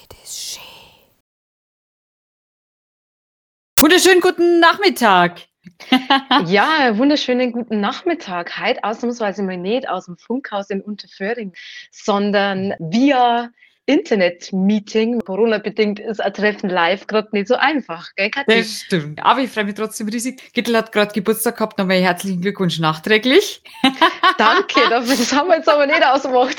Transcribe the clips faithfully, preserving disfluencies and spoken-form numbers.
it is she. Wunderschönen guten Nachmittag. Ja, wunderschönen guten Nachmittag. Heute ausnahmsweise mal nicht aus dem Funkhaus in Unterföhring, sondern via Internet-Meeting. Corona-bedingt ist ein Treffen live gerade nicht so einfach, gell, Kathi? Das stimmt. Aber ich freue mich trotzdem riesig. Gittel hat gerade Geburtstag gehabt. Nochmal herzlichen Glückwunsch nachträglich. Danke, das haben wir jetzt aber nicht ausgemacht.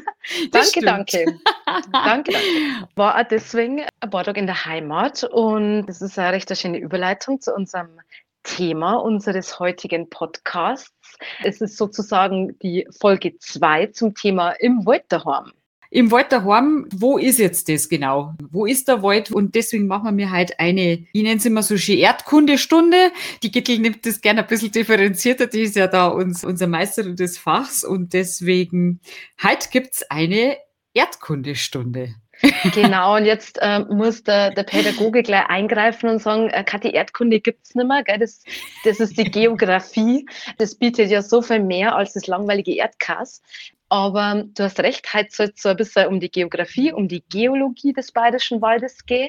Das Danke, stimmt. danke. Danke, danke. War auch deswegen ein paar Tage in der Heimat und das ist eine recht schöne Überleitung zu unserem Thema unseres heutigen Podcasts. Es ist sozusagen die Folge zwei zum Thema im Wald daheim. Im Wald daheim, wo ist jetzt das genau? Wo ist der Wald? Und deswegen machen wir mir halt eine, ich nenne es immer so schön Erdkundestunde. Die Gittel nimmt das gerne ein bisschen differenzierter. Die ist ja da uns, unser Meisterin des Fachs. Und deswegen, heute gibt's eine Erdkundestunde. Genau, und jetzt äh, muss der, der Pädagoge gleich eingreifen und sagen, äh, Kathi, Erdkunde gibt's nicht mehr, gell? Das, das ist die Geografie. Das bietet ja so viel mehr als das langweilige Erdkas. Aber du hast recht, heute soll es so ein bisschen um die Geografie, um die Geologie des Bayerischen Waldes gehen.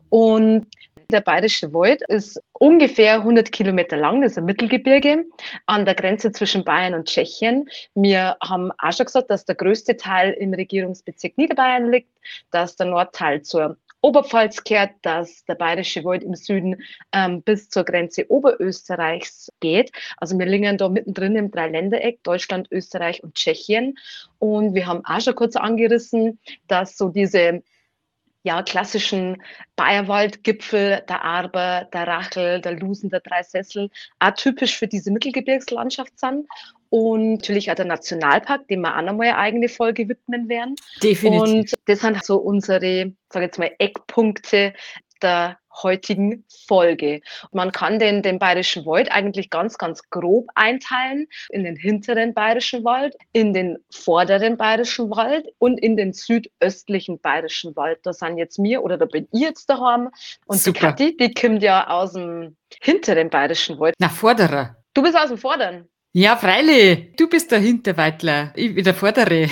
Und der Bayerische Wald ist ungefähr hundert Kilometer lang, das ist ein Mittelgebirge an der Grenze zwischen Bayern und Tschechien. Wir haben auch schon gesagt, dass der größte Teil im Regierungsbezirk Niederbayern liegt, dass der Nordteil zur Oberpfalz gehört, dass der Bayerische Wald im Süden ähm, bis zur Grenze Oberösterreichs geht. Also wir liegen da mittendrin im Dreiländereck, Deutschland, Österreich und Tschechien. Und wir haben auch schon kurz angerissen, dass so diese ja, klassischen Bayerwaldgipfel, der Arber, der Rachel, der Lusen, der Dreisessel, auch typisch für diese Mittelgebirgslandschaft sind. Und natürlich auch der Nationalpark, dem wir auch nochmal eine eigene Folge widmen werden. Definitiv. Und das sind so unsere, sage jetzt mal, Eckpunkte der heutigen Folge. Man kann den, den Bayerischen Wald eigentlich ganz, ganz grob einteilen in den hinteren Bayerischen Wald, in den vorderen Bayerischen Wald und in den südöstlichen Bayerischen Wald. Da sind jetzt wir oder da bin ich jetzt daheim. Und Super. die Kathi, die kommt ja aus dem hinteren Bayerischen Wald. Na, Vorderer. Du bist aus dem vorderen. Ja, freilich. Du bist der Hinterweitler. Ich bin der Vordere.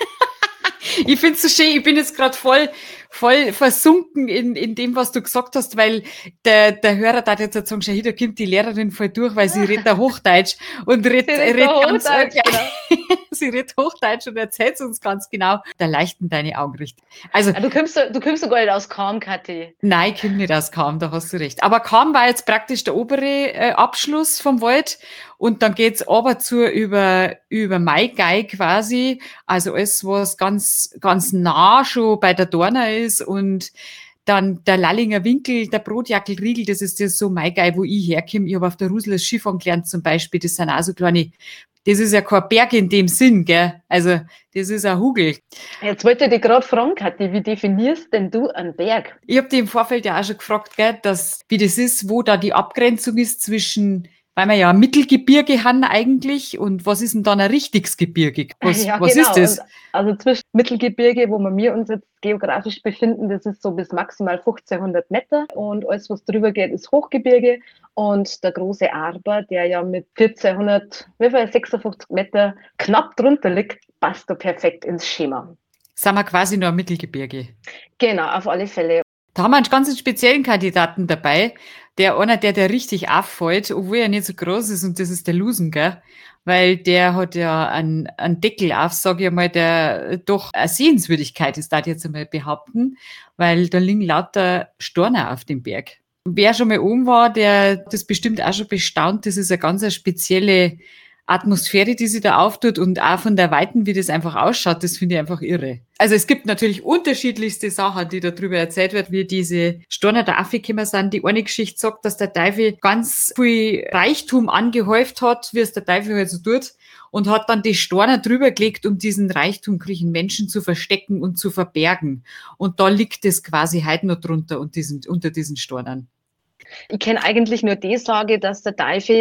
Ich find's so schön, ich bin jetzt gerade voll, voll versunken in, in dem, was du gesagt hast, weil der, der Hörer darf jetzt sagen, schau, da kommt die Lehrerin voll durch, weil sie redet da Hochdeutsch und redet, Sie redet redet da ganz, Hochdeutsch, genau. Sie redet Hochdeutsch und erzählt uns ganz genau, da leichten deine Augen richtig. Also, Du kommst, du kommst sogar nicht aus Cham, Kathi. nein, ich komme nicht aus Cham, da hast du recht. Aber Cham war jetzt praktisch der obere äh, Abschluss vom Wald und dann geht's aber zu über, über Maigei quasi, also alles, was ganz, ganz nah schon bei der Dorna ist und dann der Lallinger Winkel, der Brotjackelriegel, das ist das so Maigei, wo ich herkomme. Ich habe auf der Rusel das Skifahren gelernt zum Beispiel, das sind auch so kleine, das ist ja kein Berg in dem Sinn, gell? Also, das ist ein Hügel. Jetzt wollte ich dich gerade fragen, Kathi, wie definierst denn du einen Berg? Ich habe dich im Vorfeld ja auch schon gefragt, gell, dass, wie das ist, wo da die Abgrenzung ist zwischen, weil wir ja ein Mittelgebirge haben eigentlich, und was ist denn dann ein richtiges Gebirge? Was, Ja, was genau. ist das? Und also zwischen Mittelgebirge, wo wir uns jetzt geografisch befinden, das ist so bis maximal fünfzehnhundert Meter und alles, was drüber geht, ist Hochgebirge. Und der große Arber, der ja mit vierzehnhundert, wie viel, sechsundfünfzig Meter knapp drunter liegt, passt da perfekt ins Schema. Sind wir quasi nur ein Mittelgebirge. Genau, auf alle Fälle. Da haben wir einen ganz speziellen Kandidaten dabei, der einer, der der richtig auffällt, obwohl er nicht so groß ist, und das ist der Lusen, gell? Weil der hat ja einen, einen Deckel auf, sage ich mal, der doch eine Sehenswürdigkeit ist, da ich jetzt einmal behaupten, weil da liegen lauter Storner auf dem Berg. Wer schon mal oben war, der das bestimmt auch schon bestaunt, das ist eine ganz eine spezielle Atmosphäre, die sich da auftut, und auch von der Weiten, wie das einfach ausschaut, das finde ich einfach irre. Also es gibt natürlich unterschiedlichste Sachen, die darüber erzählt wird, wie diese Storner da aufgekommen sind. Die eine Geschichte sagt, dass der Teufel ganz viel Reichtum angehäuft hat, wie es der Teufel halt so tut, und hat dann die Storner drüber gelegt, um diesen Reichtum kriechen Menschen zu verstecken und zu verbergen. Und da liegt es quasi heute noch drunter und diesen, unter diesen Stornern. Ich kenne eigentlich nur die Sage, dass der Teufel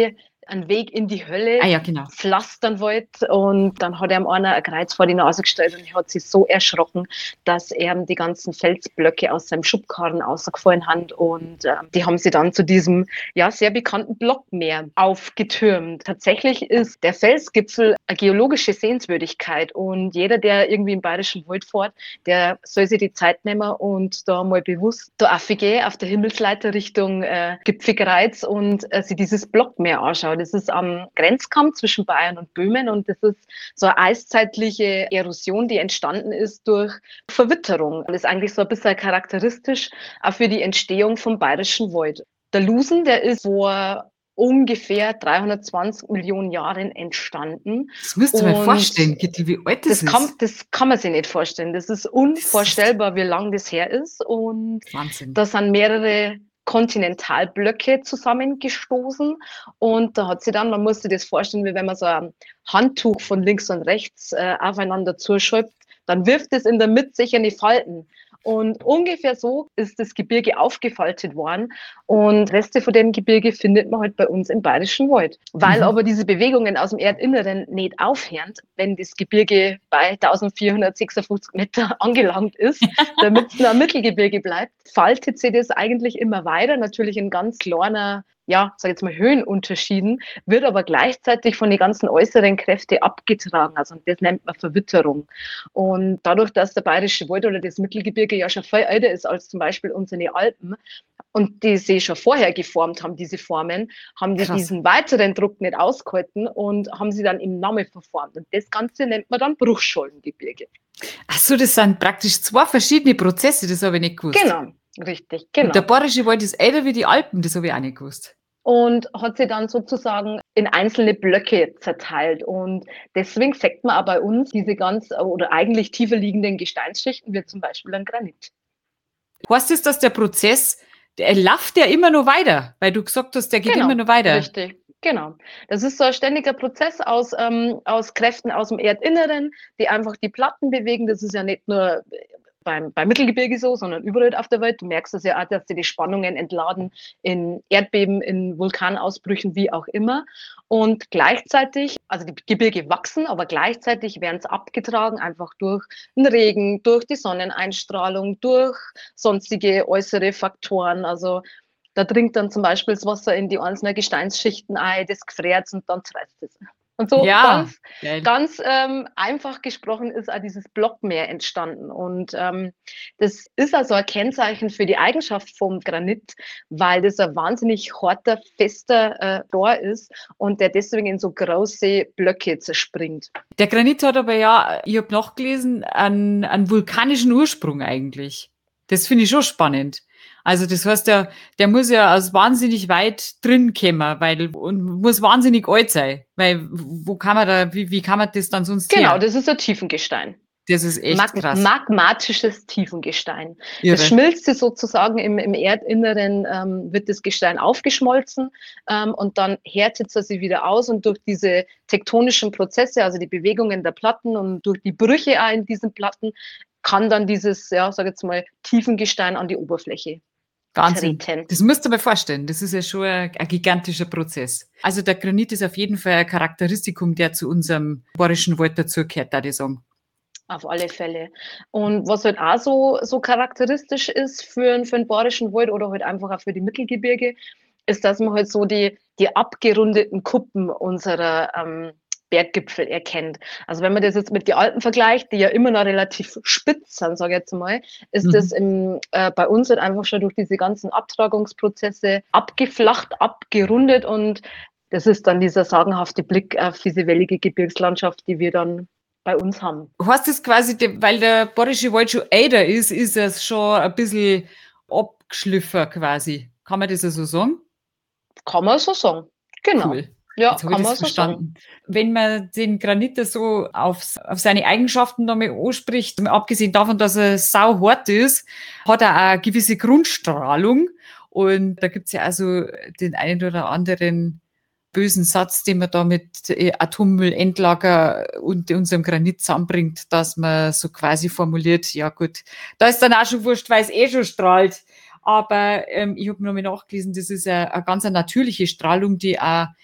einen Weg in die Hölle Ah ja, genau. pflastern wollte. Und dann hat ihm einer ein Kreuz vor die Nase gestellt und er hat sich so erschrocken, dass er die ganzen Felsblöcke aus seinem Schubkarren ausgefallen hat. Und äh, die haben sie dann zu diesem ja sehr bekannten Blockmeer aufgetürmt. Tatsächlich ist der Felsgipfel eine geologische Sehenswürdigkeit. Und jeder, der irgendwie im Bayerischen Wald fährt, der soll sich die Zeit nehmen und da mal bewusst da aufgehen auf der Himmelsleiter Richtung äh, Gipfelkreuz und äh, sich dieses Blockmeer anschauen. Das ist am Grenzkamm zwischen Bayern und Böhmen und das ist so eine eiszeitliche Erosion, die entstanden ist durch Verwitterung. Das ist eigentlich so ein bisschen charakteristisch auch für die Entstehung vom Bayerischen Wald. Der Lusen, der ist vor ungefähr dreihundertzwanzig Millionen Jahren entstanden. Das müsst ihr mal vorstellen, Kittel, wie alt das, das kann, ist. Das kann man sich nicht vorstellen. Das ist unvorstellbar, wie lang das her ist. Und Wahnsinn. da sind mehrere Kontinentalblöcke zusammengestoßen. Und da hat sie dann, man muss sich das vorstellen, wie wenn man so ein Handtuch von links und rechts äh, aufeinander zuschreibt, dann wirft es in der Mitte sicher eine Falten. Und ungefähr so ist das Gebirge aufgefaltet worden. Und Reste von dem Gebirge findet man halt bei uns im Bayerischen Wald. Weil mhm. aber diese Bewegungen aus dem Erdinneren nicht aufhören, wenn das Gebirge bei eintausendvierhundertsechsundfünfzig Meter angelangt ist, damit es noch ein Mittelgebirge bleibt, faltet sich das eigentlich immer weiter. Natürlich in ganz kleiner, ja, sag jetzt mal Höhenunterschieden, wird aber gleichzeitig von den ganzen äußeren Kräften abgetragen. Also das nennt man Verwitterung. Und dadurch, dass der Bayerische Wald oder das Mittelgebirge ja schon viel älter ist als zum Beispiel unsere Alpen und die sich schon vorher geformt haben, diese Formen, haben die Krass. diesen weiteren Druck nicht ausgehalten und haben sie dann im Namen verformt. Und das Ganze nennt man dann Bruchschollengebirge. Ach so, das sind praktisch zwei verschiedene Prozesse, das habe ich nicht gewusst. Genau, richtig, genau. Und der Bayerische Wald ist älter wie die Alpen, das habe ich auch nicht gewusst. Und hat sie dann sozusagen in einzelne Blöcke zerteilt. Und deswegen sagt man auch bei uns diese ganz oder eigentlich tiefer liegenden Gesteinsschichten, wie zum Beispiel ein Granit. Heißt das, dass der Prozess, der läuft ja immer noch weiter, weil du gesagt hast, der geht genau, immer noch weiter. Richtig. Genau. Das ist so ein ständiger Prozess aus, ähm, aus Kräften aus dem Erdinneren, die einfach die Platten bewegen. Das ist ja nicht nur beim, beim Mittelgebirge so, sondern überall auf der Welt. Du merkst das ja auch, dass sie die Spannungen entladen in Erdbeben, in Vulkanausbrüchen, wie auch immer. Und gleichzeitig, also die Gebirge wachsen, aber gleichzeitig werden sie abgetragen, einfach durch den Regen, durch die Sonneneinstrahlung, durch sonstige äußere Faktoren. Also da dringt dann zum Beispiel das Wasser in die einzelnen Gesteinsschichten ein, das gefriert und dann treibt es. Und so ja, ganz, ganz ähm, einfach gesprochen ist auch dieses Blockmeer entstanden. Und ähm, das ist also ein Kennzeichen für die Eigenschaft vom Granit, weil das ein wahnsinnig harter, fester äh, Rohr ist und der deswegen in so große Blöcke zerspringt. Der Granit hat aber ja, ich habe nachgelesen, einen, einen vulkanischen Ursprung eigentlich. Das finde ich schon spannend. Also das heißt, der, der muss ja aus wahnsinnig weit drin kommen, weil und muss wahnsinnig alt sein. Weil wo kann man da, wie, wie kann man das dann sonst Genau, her? Das ist ein Tiefengestein. Das ist echt Mag krass. Magmatisches Tiefengestein. Irre. Das schmilzt sozusagen im, im Erdinneren, ähm, wird das Gestein aufgeschmolzen ähm, und dann härtet es sich wieder aus und durch diese tektonischen Prozesse, also die Bewegungen der Platten und durch die Brüche auch in diesen Platten, kann dann dieses, ja, sag jetzt mal, Tiefengestein an die Oberfläche Wahnsinn. treten. Das musst du dir mal vorstellen. Das ist ja schon ein, ein gigantischer Prozess. Also der Granit ist auf jeden Fall ein Charakteristikum, der zu unserem Bayerischen Wald dazugehört, würde ich sagen. Auf alle Fälle. Und was halt auch so, so charakteristisch ist für, für den Bayerischen Wald oder halt einfach auch für die Mittelgebirge, ist, dass man halt so die, die abgerundeten Kuppen unserer ähm, Berggipfel erkennt. Also wenn man das jetzt mit den Alpen vergleicht, die ja immer noch relativ spitz sind, sage ich jetzt mal, ist mhm. das im, äh, bei uns halt einfach schon durch diese ganzen Abtragungsprozesse abgeflacht, abgerundet und das ist dann dieser sagenhafte Blick auf diese wellige Gebirgslandschaft, die wir dann bei uns haben. Heißt das quasi, weil der Bayerische Wald schon älter ist, ist es schon ein bisschen abgeschliffen quasi. Kann man das so sagen? Kann man so sagen, genau. Cool. Ja, Jetzt habe ich das verstanden. So wenn man den Granit so auf, auf seine Eigenschaften nochmal anspricht, abgesehen davon, dass er sau hart ist, hat er auch eine gewisse Grundstrahlung. Und da gibt es ja also den einen oder anderen bösen Satz, den man da mit Atommüllendlager und unserem Granit zusammenbringt, dass man so quasi formuliert, ja gut, da ist dann auch schon wurscht, weil es eh schon strahlt. Aber ähm, ich habe nochmal nachgelesen, das ist eine, eine ganz eine natürliche Strahlung, die auch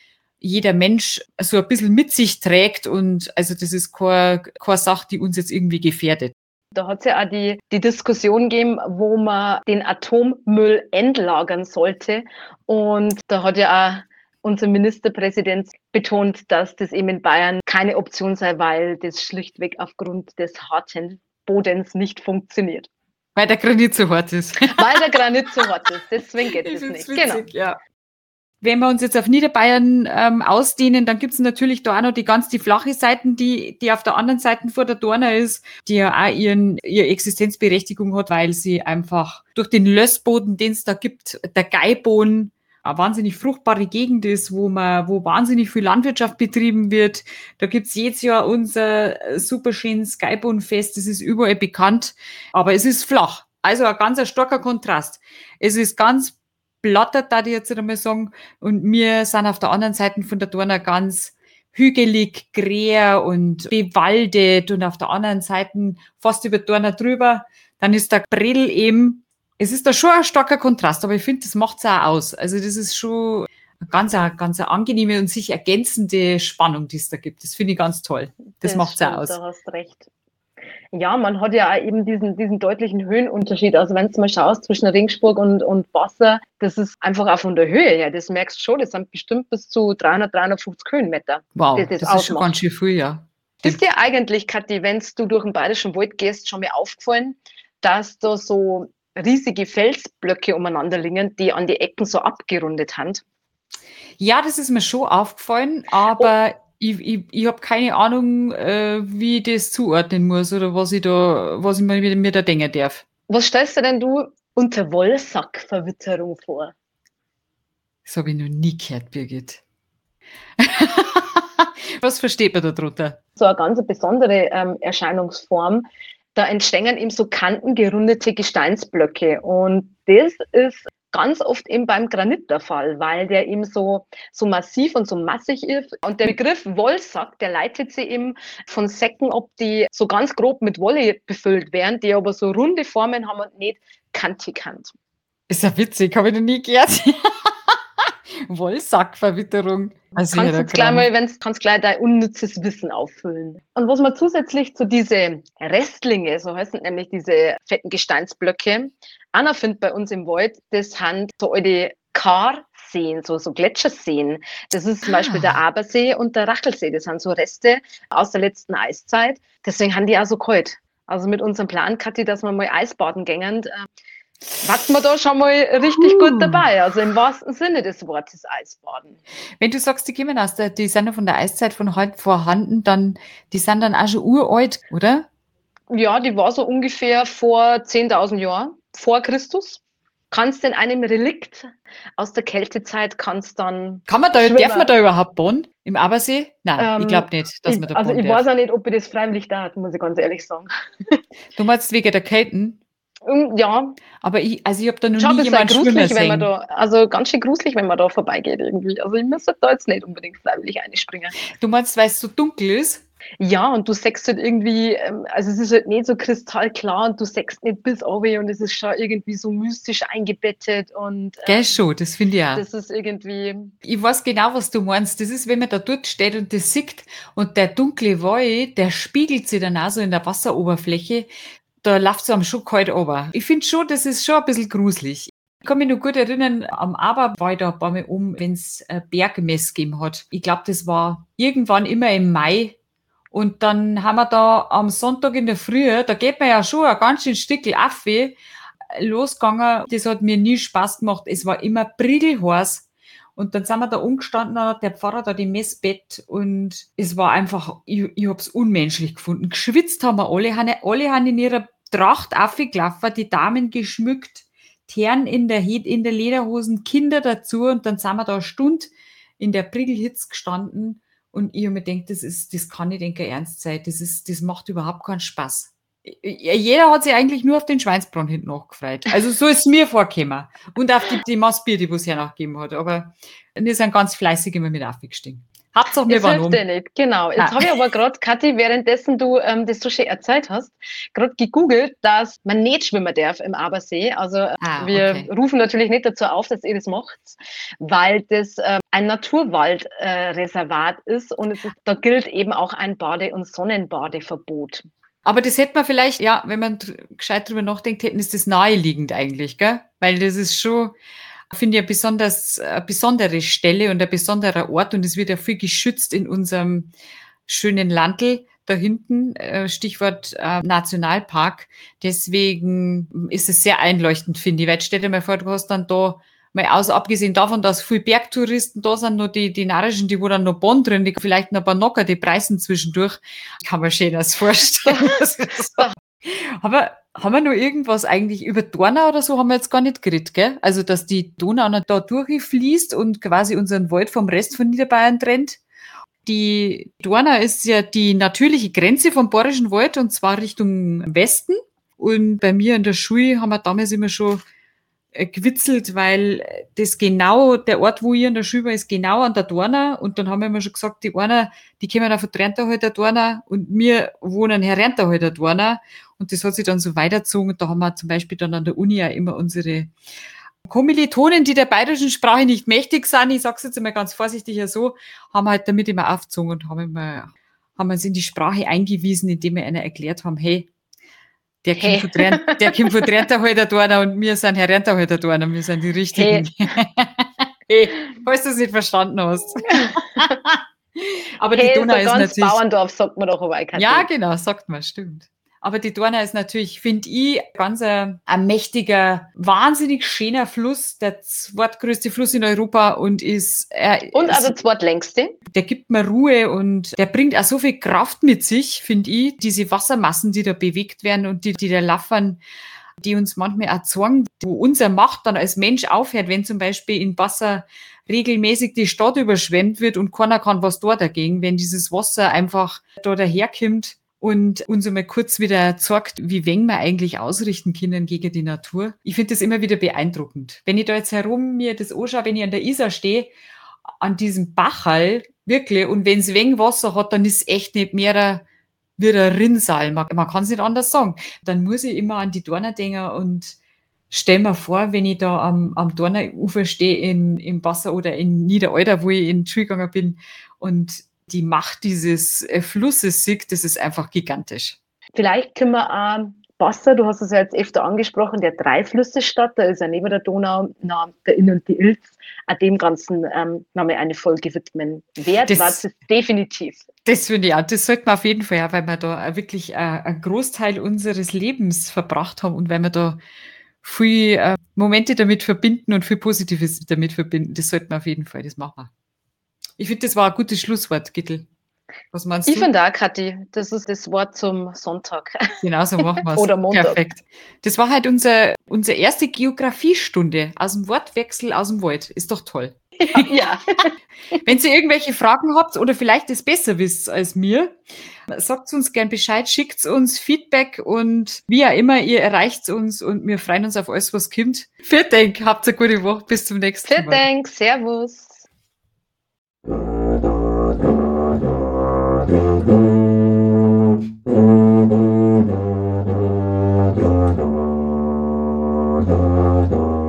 jeder Mensch so ein bisschen mit sich trägt und also das ist keine, keine Sache, die uns jetzt irgendwie gefährdet. Da hat es ja auch die, die Diskussion gegeben, wo man den Atommüll entlagern sollte. Und da hat ja auch unser Ministerpräsident betont, dass das eben in Bayern keine Option sei, weil das schlichtweg aufgrund des harten Bodens nicht funktioniert. Weil der Granit so hart ist. Weil der Granit so hart ist, deswegen geht es nicht. Witzig, genau. Ja. Wenn wir uns jetzt auf Niederbayern ähm, ausdehnen, dann gibt es natürlich da auch noch die ganz die flache Seiten, die, die auf der anderen Seite vor der Donau ist, die ja auch ihren, ihre Existenzberechtigung hat, weil sie einfach durch den Lössboden, den es da gibt, der Geiboden, eine wahnsinnig fruchtbare Gegend ist, wo man, wo wahnsinnig viel Landwirtschaft betrieben wird. Da gibt's jedes Jahr unser super schönes Geibodenfest, das ist überall bekannt, aber es ist flach. Also ein ganz ein starker Kontrast. Es ist ganz plattert, da die jetzt einmal sagen, und wir sind auf der anderen Seite von der Donau ganz hügelig, grär und bewaldet und auf der anderen Seite fast über die Donau drüber. Dann ist der Bredel eben, es ist da schon ein starker Kontrast, aber ich finde, das macht's auch aus. Also das ist schon eine ganz, eine, ganz eine angenehme und sich ergänzende Spannung, die es da gibt. Das finde ich ganz toll. Das, das macht's auch aus. Du hast recht. Ja, man hat ja auch eben diesen, diesen deutlichen Höhenunterschied. Also wenn du mal schaust zwischen Ringsburg und, und Wasser, das ist einfach auch von der Höhe her. Das merkst du schon, das sind bestimmt bis zu dreihundert, dreihundertfünfzig Höhenmeter. Wow, das, das, das ist schon ganz schön viel, ja. Ist dir eigentlich, Kathi, wenn du durch den Bayerischen Wald gehst, schon mal aufgefallen, dass da so riesige Felsblöcke umeinander liegen, die an die Ecken so abgerundet sind? Ja, das ist mir schon aufgefallen, aber... Oh. Ich, ich, ich habe keine Ahnung, äh, wie ich das zuordnen muss oder was ich da, was ich mir, mir da denken darf. Was stellst du denn du unter Wollsackverwitterung vor? Das habe ich noch nie gehört, Birgit. Was versteht man da drunter? So eine ganz besondere ähm, Erscheinungsform. Da entstehen eben so kantengerundete Gesteinsblöcke. Und das ist ganz oft eben beim Granit der Fall, weil der eben so, so massiv und so massig ist. Und der Begriff Wollsack, der leitet sich eben von Säcken ab, die so ganz grob mit Wolle befüllt werden, die aber so runde Formen haben und nicht kantig sind. Ist ja witzig, habe ich noch nie gehört. Wollsackverwitterung. Also kannst du gleich mal, wenn du kannst gleich dein unnützes Wissen auffüllen. Und was man zusätzlich zu diese Restlinge, so heißen nämlich diese fetten Gesteinsblöcke, Anna findet bei uns im Wald, das sind so alte Karseen, so, so Gletscherseen. Das ist zum ah. Beispiel der Abersee und der Rachelsee. Das sind so Reste aus der letzten Eiszeit. Deswegen haben die auch so kalt. Also mit unserem Plan, Kathi, dass wir mal Eisbaden gehen, warten wir da schon mal richtig uh. gut dabei. Also im wahrsten Sinne des Wortes Eisbaden. Wenn du sagst, die kommen aus der, die sind ja von der Eiszeit von heute vorhanden, dann, die sind dann auch schon uralt, oder? Ja, die war so ungefähr vor zehntausend Jahren, vor Christus. Kannst in einem Relikt aus der Kältezeit kannst dann Kann man da, schwimmen. Darf man da überhaupt baden? Im Abersee? Nein, ähm, ich glaube nicht, dass ich, man da Also ich darf. weiß auch nicht, ob ich das freiwillig da hat, muss ich ganz ehrlich sagen. Du meinst wegen der Kälten? Ja. Aber ich, also ich habe da noch Schau, nie jemanden schwimmen sehen. Wenn man da, also ganz schön gruselig, wenn man da vorbeigeht irgendwie. Also ich müsste da jetzt nicht unbedingt freiwillig einspringen. Du meinst, weil es so dunkel ist? Ja, und du sägst halt irgendwie, also es ist halt nicht so kristallklar und du sägst nicht bis runter und es ist schon irgendwie so mystisch eingebettet und... Gell ähm, schon, das finde ich auch. Das ist irgendwie... Ich weiß genau, was du meinst. Das ist, wenn man da dort steht und das sieht und der dunkle Wald, der spiegelt sich dann auch so in der Wasseroberfläche, da läuft es einem schon kalt runter. Ich finde schon, das ist schon ein bisschen gruselig. Ich kann mich noch gut erinnern, am Aber war ich da ein paar Mal um, wenn es Bergmess gegeben hat. Ich glaube, das war irgendwann immer im Mai. Und dann haben wir da am Sonntag in der Früh, da geht man ja schon ein ganz schön Stückchen auf, losgegangen. Das hat mir nie Spaß gemacht. Es war immer prügelheiß. Und dann sind wir da umgestanden, dann hat der Pfarrer da die Messbett und es war einfach, ich, ich habe es unmenschlich gefunden. Geschwitzt haben wir alle, alle haben in ihrer Tracht aufgelaufen, die Damen geschmückt, die Herren in der, in der Lederhosen, Kinder dazu und dann sind wir da eine Stunde in der Prügelhitze gestanden. Und ich habe mir gedacht, das ist, das kann nicht denke ernst sein. Das ist, das macht überhaupt keinen Spaß. Jeder hat sich eigentlich nur auf den Schweinsbraten hinten nachgefreut. Also so ist es mir vorgekommen. Und auf die, die Massbier, die es hernachgegeben hat. Aber wir sind ganz fleißig immer mit aufgestiegen. Hauptsache wir Es waren hilft um. dir nicht, genau. Jetzt Nein. habe ich aber gerade, Kathi, währenddessen du ähm, das so schön erzählt hast, gerade gegoogelt, dass man nicht schwimmen darf im Abersee. Also äh, Ah, wir okay. rufen natürlich nicht dazu auf, dass ihr das macht, weil das äh, ein Naturwaldreservat äh, Reservat ist und es ist, da gilt eben auch ein Bade- und Sonnenbadeverbot. Aber das hätte man vielleicht, ja, wenn man dr- gescheit drüber nachdenkt, hätten ist das naheliegend eigentlich, gell? Weil das ist schon, finde ich, eine besonders, eine besondere Stelle und ein besonderer Ort und es wird ja viel geschützt in unserem schönen Landl da hinten, äh, Stichwort äh, Nationalpark. Deswegen ist es sehr einleuchtend, finde ich. Weil jetzt stell dir mal vor, du hast dann da mal aus, abgesehen davon, dass viele Bergtouristen da sind, noch die, die Narischen, die wo dann noch Bonn drin, die vielleicht noch ein paar Nocker, die preisen zwischendurch. Kann man schön das vorstellen. muss ich sagen. Aber haben wir noch irgendwas eigentlich über Donau oder so haben wir jetzt gar nicht geredet, gell? Also, dass die Donau noch da durchfließt und quasi unseren Wald vom Rest von Niederbayern trennt. Die Donau ist ja die natürliche Grenze vom Bayerischen Wald und zwar Richtung Westen. Und bei mir in der Schule haben wir damals immer schon äh, gewitzelt, weil das genau, der Ort, wo ich in der Schule war, ist genau an der Donau. Und dann haben wir immer schon gesagt, die einer, die kommen auf der Trenterhalt der Donau und wir wohnen Herrenterhalt der Donau. Und das hat sich dann so weitergezogen. Und da haben wir zum Beispiel dann an der Uni ja immer unsere Kommilitonen, die der bayerischen Sprache nicht mächtig sind, ich sage es jetzt einmal ganz vorsichtig ja so, haben halt damit immer aufgezogen und haben immer, haben uns in die Sprache eingewiesen, indem wir einer erklärt haben, hey, der Hey. kommt von Trent, der kommt von Trenterhalter Donau und wir sind Herr Renterhalter Donau, wir sind die richtigen. Hey, hey falls du es nicht verstanden hast. Aber Hey, die Donau so ist ganz natürlich, Bauerndorf, sagt man doch aber auch, Kathi. ja, genau, sagt man, stimmt. Aber die Donau ist natürlich, finde ich, ganz ein, ein mächtiger, wahnsinnig schöner Fluss, der zweitgrößte Fluss in Europa und ist, er, Und ist, also zweitlängste. der gibt mir Ruhe und der bringt auch so viel Kraft mit sich, finde ich. Diese Wassermassen, die da bewegt werden und die, die da laffern, die uns manchmal auch zeigen, wo unsere Macht dann als Mensch aufhört, wenn zum Beispiel in Wasser regelmäßig die Stadt überschwemmt wird und keiner kann was da dagegen, wenn dieses Wasser einfach da daherkommt und uns einmal kurz wieder zeigt, wie wenig wir eigentlich ausrichten können gegen die Natur. Ich finde das immer wieder beeindruckend. Wenn ich da jetzt herum mir das anschaue, wenn ich an der Isar stehe, an diesem Bachal, wirklich, und wenn es wenig Wasser hat, dann ist es echt nicht mehr ein, wie ein Rinnsal. Man, man kann es nicht anders sagen. Dann muss ich immer an die Donau denken und stell mir vor, wenn ich da am, am Donauufer stehe in, im Wasser oder in Niederalter, wo ich in die Schule gegangen bin und die Macht dieses äh, Flusses sieht, das ist einfach gigantisch. Vielleicht können wir auch Wasser, du hast es ja jetzt öfter angesprochen, der Dreiflüsse-Stadt, da ist ja neben der Donau, na, der Inn und die Ilz, auch dem Ganzen ähm, nochmal eine Folge widmen. Wert Das- war es definitiv. Das finde ich auch, das sollten wir auf jeden Fall, ja, weil wir da auch wirklich äh, einen Großteil unseres Lebens verbracht haben und weil wir da viel äh, Momente damit verbinden und viel Positives damit verbinden. Das sollten wir auf jeden Fall, das machen wir. Ich finde, das war ein gutes Schlusswort, Gittel. Was meinst Ich du? finde auch, Kathi, das ist das Wort zum Sonntag. Genau so machen wir es. Oder Montag. Perfekt. Das war halt unser, unsere erste Geografiestunde aus dem Wortwechsel aus dem Wald. Ist doch toll. Ja. Wenn ihr irgendwelche Fragen habt oder vielleicht es besser wisst als mir, sagt uns gern Bescheid, schickt uns Feedback und wie auch immer, ihr erreicht uns und wir freuen uns auf alles, was kommt. Vielen Dank, habt eine gute Woche, bis zum nächsten Vielen Mal. Dank, Servus. Da da da